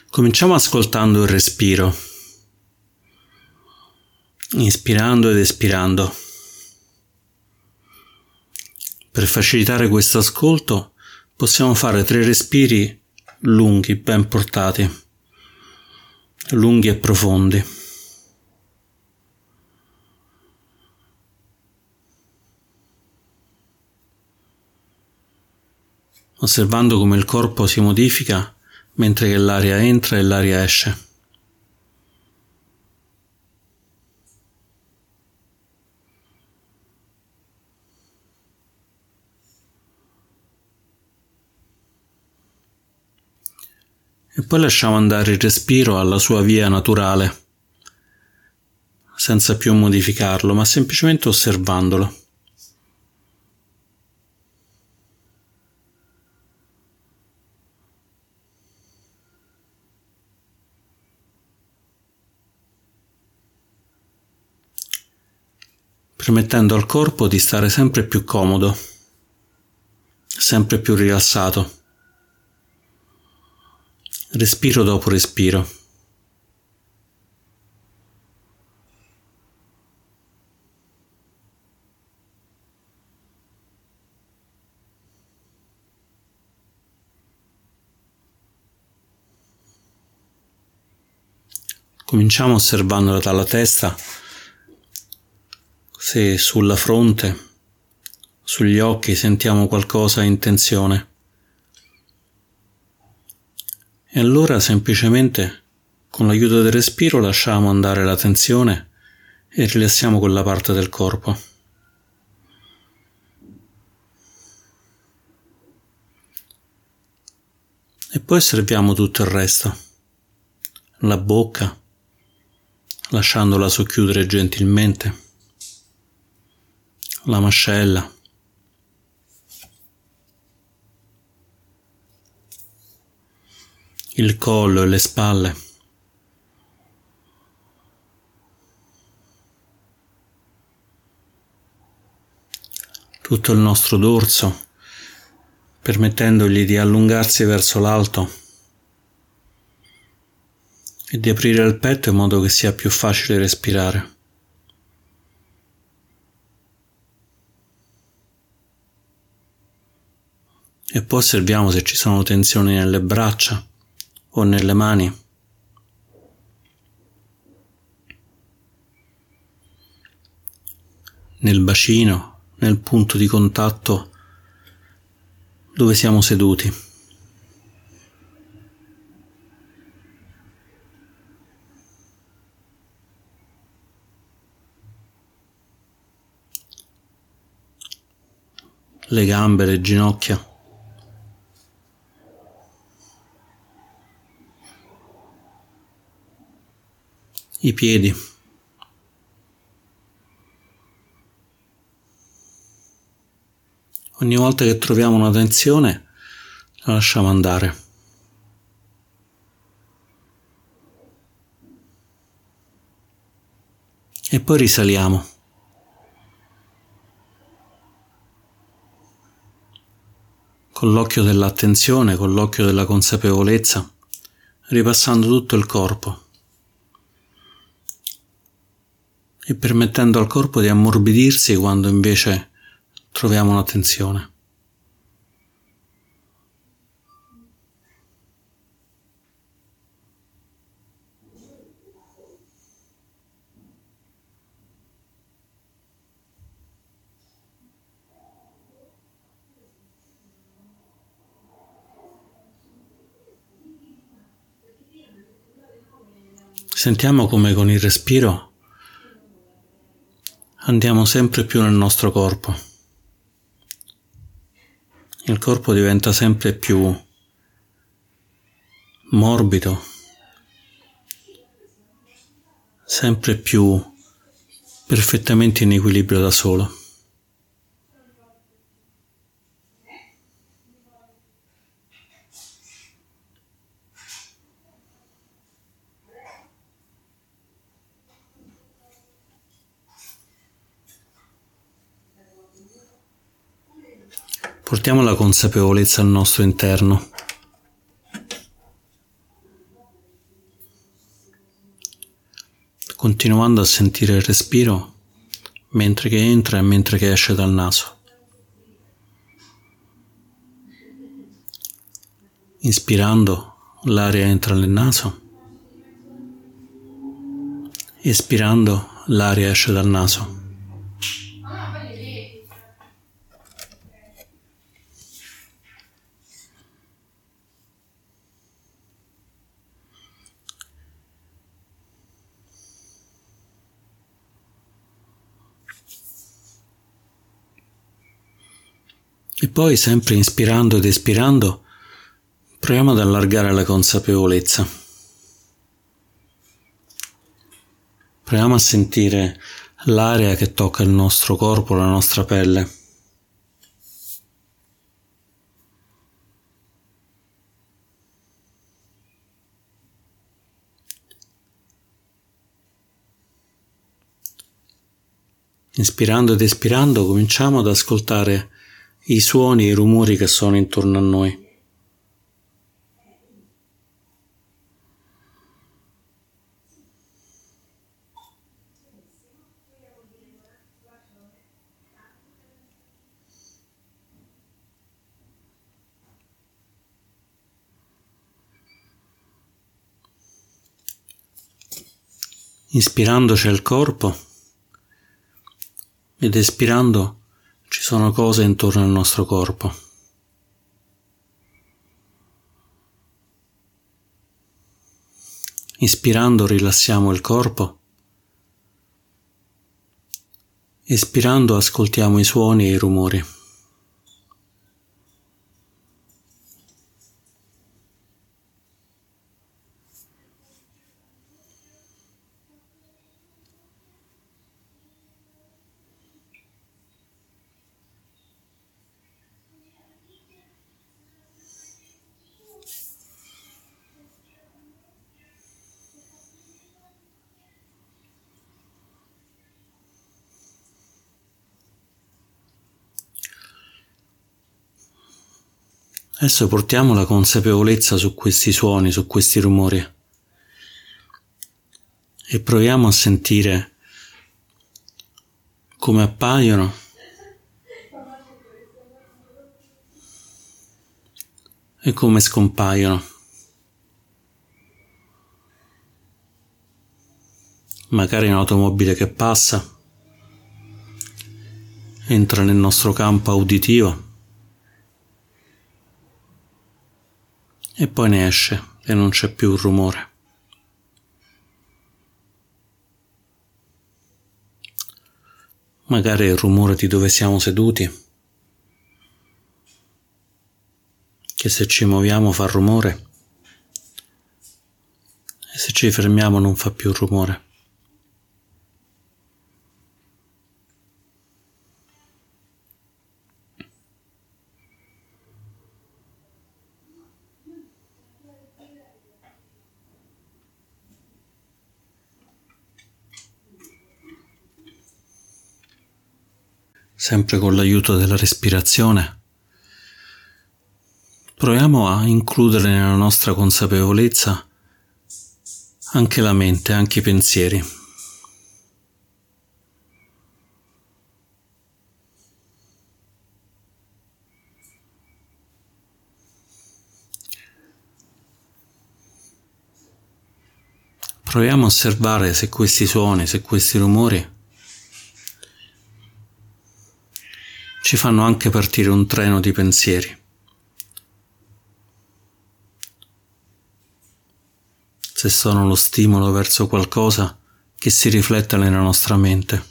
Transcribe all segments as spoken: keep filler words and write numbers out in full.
Cominciamo ascoltando il respiro, inspirando ed espirando. Per facilitare questo ascolto possiamo fare tre respiri lunghi, ben portati, lunghi e profondi. Osservando come il corpo si modifica mentre che l'aria entra e l'aria esce. E poi lasciamo andare il respiro alla sua via naturale, senza più modificarlo, ma semplicemente osservandolo. Permettendo al corpo di stare sempre più comodo, sempre più rilassato, respiro dopo respiro. Cominciamo osservandola dalla testa, se sulla fronte, sugli occhi sentiamo qualcosa in tensione. E allora semplicemente con l'aiuto del respiro lasciamo andare la tensione e rilassiamo quella parte del corpo. E poi osserviamo tutto il resto, la bocca, lasciandola socchiudere gentilmente, la mascella, il collo e le spalle, tutto il nostro dorso, permettendogli di allungarsi verso l'alto e di aprire il petto in modo che sia più facile respirare. E poi osserviamo se ci sono tensioni nelle braccia o nelle mani. Nel bacino, nel punto di contatto dove siamo seduti. Le gambe, le ginocchia. I piedi. Ogni volta che troviamo una tensione, la lasciamo andare. E poi risaliamo. Con l'occhio dell'attenzione, con l'occhio della consapevolezza, ripassando tutto il corpo. E permettendo al corpo di ammorbidirsi quando invece troviamo una tensione. Sentiamo come con il respiro andiamo sempre più nel nostro corpo. Il corpo diventa sempre più morbido, sempre più perfettamente in equilibrio da solo. Portiamo la consapevolezza al nostro interno. continuando a sentire il respiro mentre che entra e mentre che esce dal naso. Inspirando, l'aria entra nel naso. Espirando, l'aria esce dal naso. E poi, sempre inspirando ed espirando, proviamo ad allargare la consapevolezza. Proviamo a sentire l'aria che tocca il nostro corpo, la nostra pelle. Inspirando ed espirando, cominciamo ad ascoltare i suoni e i rumori che sono intorno a noi. Inspirando c'è il corpo ed espirando ci sono cose intorno al nostro corpo. Inspirando rilassiamo il corpo, espirando ascoltiamo i suoni e i rumori. Adesso portiamo la consapevolezza su questi suoni, su questi rumori e proviamo a sentire come appaiono e come scompaiono. Magari un'automobile che passa, entra nel nostro campo uditivo e poi ne esce e non c'è più rumore. Magari è il rumore di dove siamo seduti, che se ci muoviamo fa rumore e se ci fermiamo non fa più rumore. Sempre con l'aiuto della respirazione, proviamo a includere nella nostra consapevolezza anche la mente, anche i pensieri. Proviamo a osservare se questi suoni, se questi rumori ci fanno anche partire un treno di pensieri. Se sono lo stimolo verso qualcosa che si riflette nella nostra mente.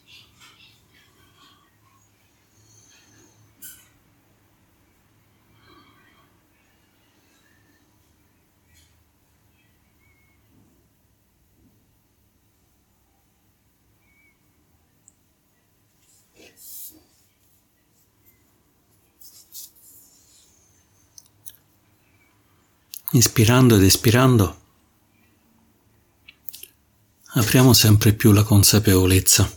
Inspirando ed espirando, apriamo sempre più la consapevolezza.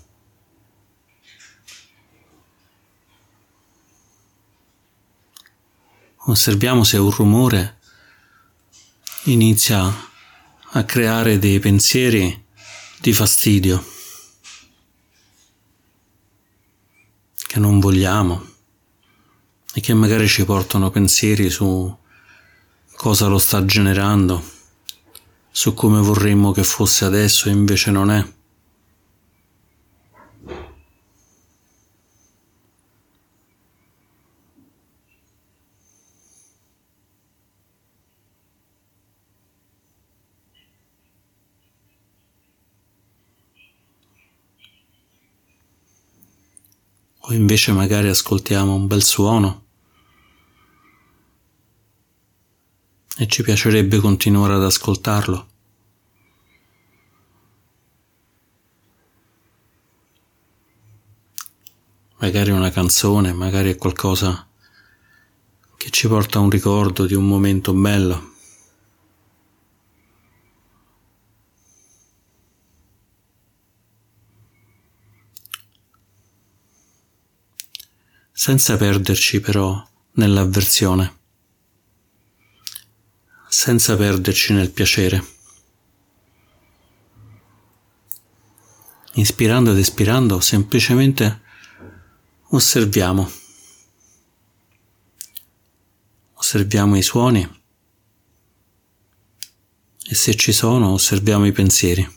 Osserviamo se un rumore inizia a creare dei pensieri di fastidio, che non vogliamo e che magari ci portano pensieri su cosa lo sta generando, su come vorremmo che fosse adesso e invece non è. O invece magari ascoltiamo un bel suono e ci piacerebbe continuare ad ascoltarlo. Magari una canzone, magari è qualcosa che ci porta a un ricordo di un momento bello. Senza perderci però nell'avversione, senza perderci nel piacere. Inspirando ed espirando, semplicemente osserviamo. Osserviamo i suoni e se ci sono, osserviamo i pensieri.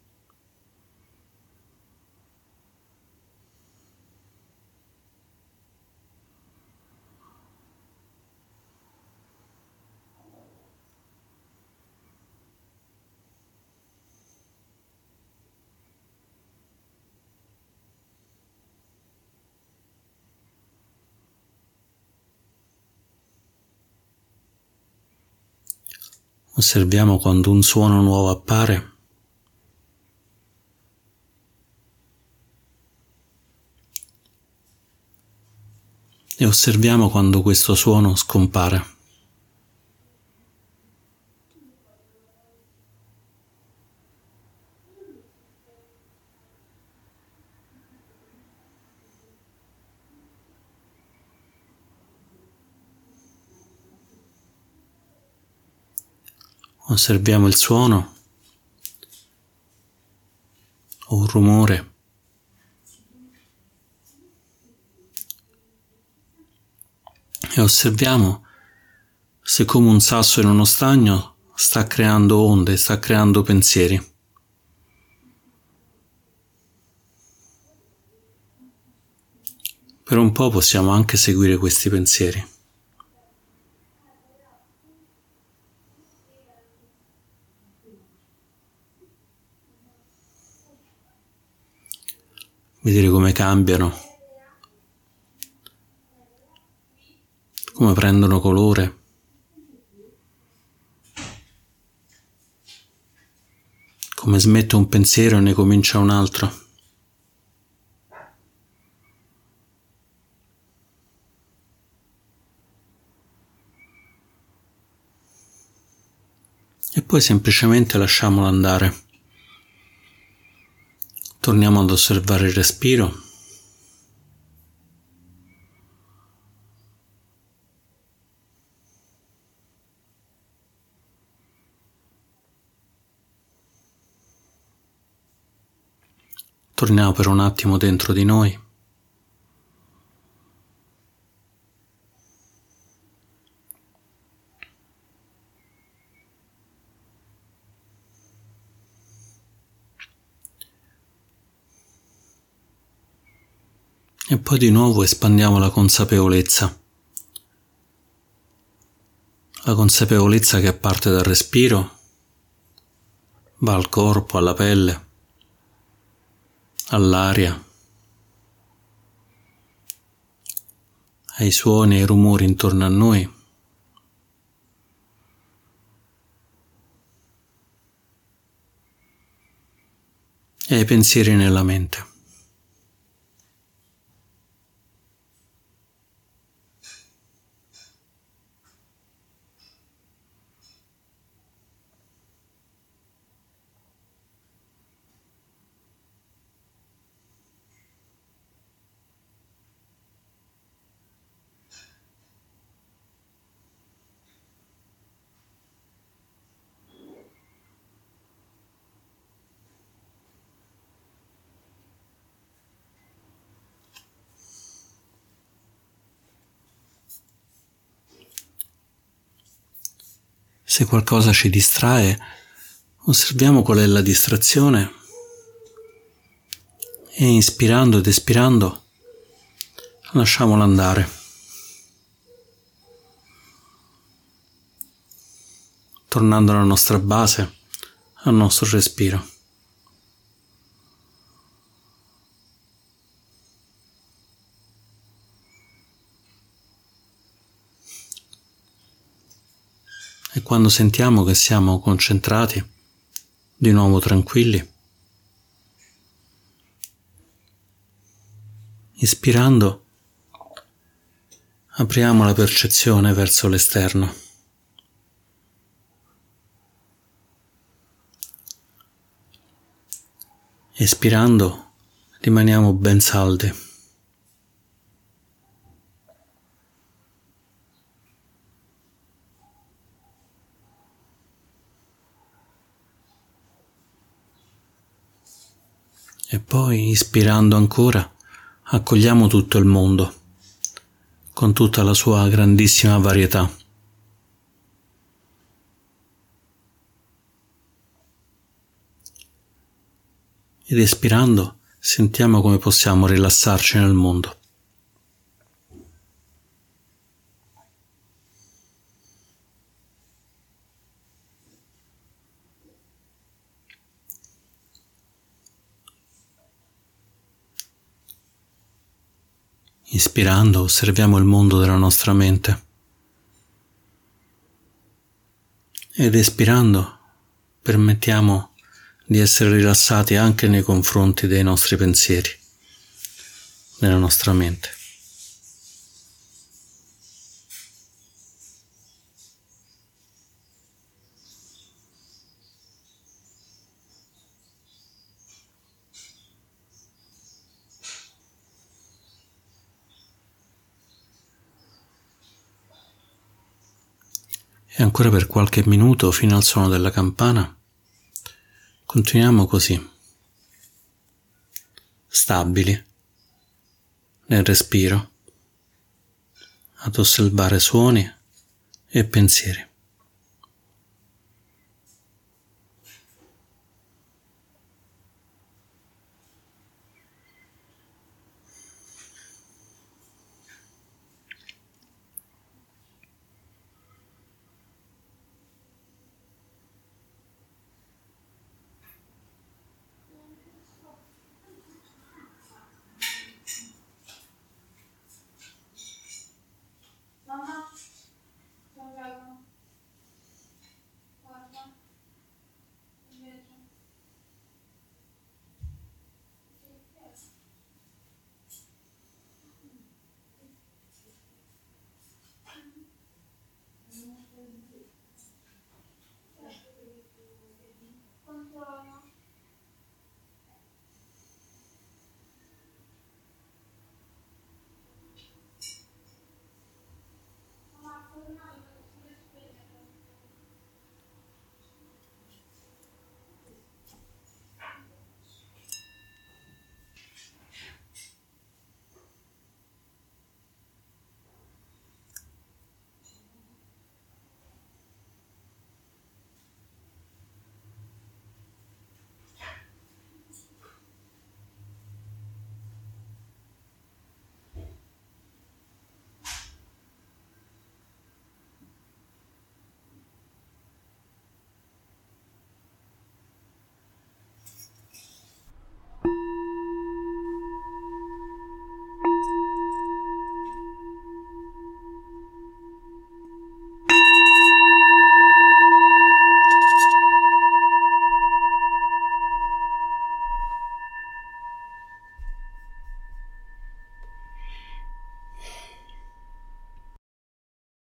Osserviamo quando un suono nuovo appare e osserviamo quando questo suono scompare. Osserviamo il suono o un rumore e osserviamo se come un sasso in uno stagno sta creando onde, sta creando pensieri. Per un po' possiamo anche seguire questi pensieri. Vedere come cambiano, come prendono colore, come smette un pensiero e ne comincia un altro. E poi semplicemente lasciamolo andare. Torniamo ad osservare il respiro. Torniamo per un attimo dentro di noi. E poi di nuovo espandiamo la consapevolezza. La consapevolezza che parte dal respiro, va al corpo, alla pelle, all'aria, ai suoni e ai rumori intorno a noi. E ai pensieri nella mente. Se qualcosa ci distrae, osserviamo qual è la distrazione e inspirando ed espirando lasciamola andare. Tornando alla nostra base, al nostro respiro. E quando sentiamo che siamo concentrati, di nuovo tranquilli, ispirando, apriamo la percezione verso l'esterno. Espirando, rimaniamo ben saldi. E poi, ispirando ancora, accogliamo tutto il mondo, con tutta la sua grandissima varietà. Ed espirando, sentiamo come possiamo rilassarci nel mondo. Ispirando, osserviamo il mondo della nostra mente. Ed espirando, permettiamo di essere rilassati anche nei confronti dei nostri pensieri, nella nostra mente. E ancora per qualche minuto, fino al suono della campana, continuiamo così, stabili nel respiro, ad osservare suoni e pensieri.